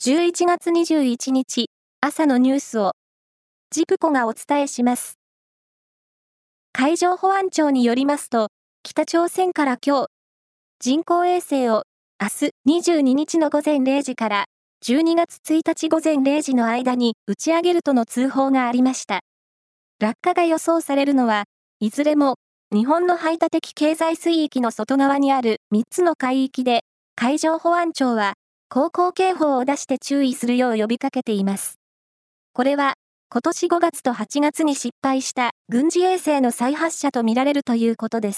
11月21日朝のニュースをジプコがお伝えします。海上保安庁によりますと、北朝鮮から今日、人工衛星を明日22日の午前0時から12月1日午前0時の間に打ち上げるとの通報がありました。落下が予想されるのは、いずれも日本の排他的経済水域の外側にある3つの海域で、海上保安庁は航行警報を出して注意するよう呼びかけています。これは、今年5月と8月に失敗した軍事衛星の再発射とみられるということです。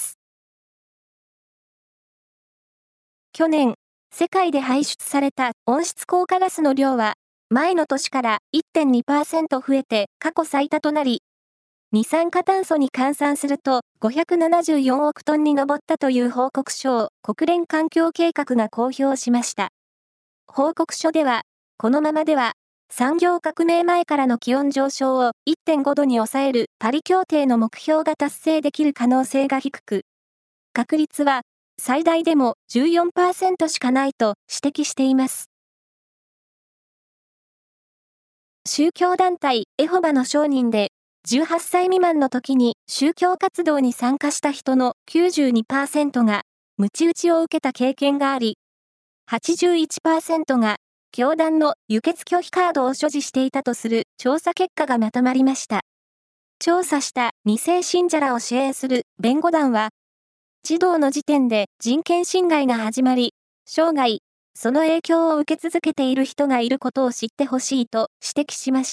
去年、世界で排出された温室効果ガスの量は、前の年から 1.2% 増えて過去最多となり、二酸化炭素に換算すると574億トンに上ったという報告書を国連環境計画が公表しました。報告書では、このままでは、産業革命前からの気温上昇を 1.5 度に抑えるパリ協定の目標が達成できる可能性が低く、確率は最大でも 14% しかないと指摘しています。宗教団体エホバの証人で、18歳未満の時に宗教活動に参加した人の 92% が鞭打ちを受けた経験があり、81% が教団の輸血拒否カードを所持していたとする調査結果がまとまりました。調査した2世信者らを支援する弁護団は、児童の時点で人権侵害が始まり、生涯、その影響を受け続けている人がいることを知ってほしいと指摘しました。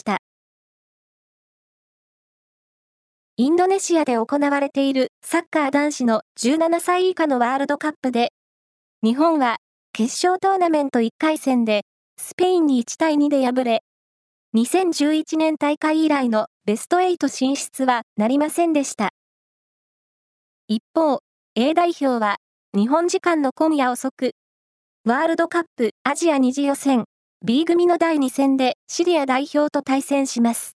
インドネシアで行われているサッカー男子の17歳以下のワールドカップで、日本は決勝トーナメント1回戦でスペインに1対2で敗れ、2011年大会以来のベスト8進出はなりませんでした。一方、A 代表は日本時間の今夜遅く、ワールドカップアジア2次予選 B 組の第2戦でシリア代表と対戦します。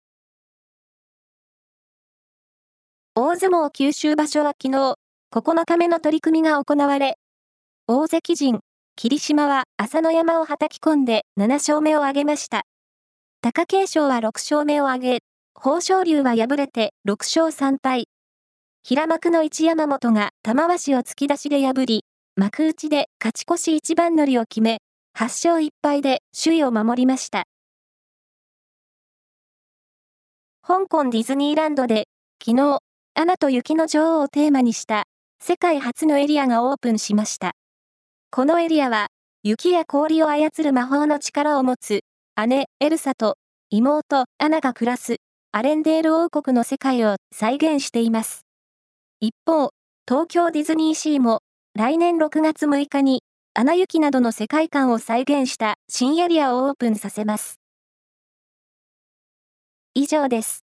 大相撲九州場所は昨日、9日目の取り組みが行われ、大関陣、霧島は朝乃山を叩き込んで7勝目を挙げました。貴景勝は6勝目を挙げ、豊昇龍は敗れて6勝3敗。平幕の一山本が玉鷲を突き出しで破り、幕内で勝ち越し一番乗りを決め、8勝1敗で首位を守りました。香港ディズニーランドで、昨日、アナと雪の女王をテーマにした世界初のエリアがオープンしました。このエリアは雪や氷を操る魔法の力を持つ姉エルサと妹アナが暮らすアレンデール王国の世界を再現しています。一方、東京ディズニーシーも来年6月6日にアナ雪などの世界観を再現した新エリアをオープンさせます。以上です。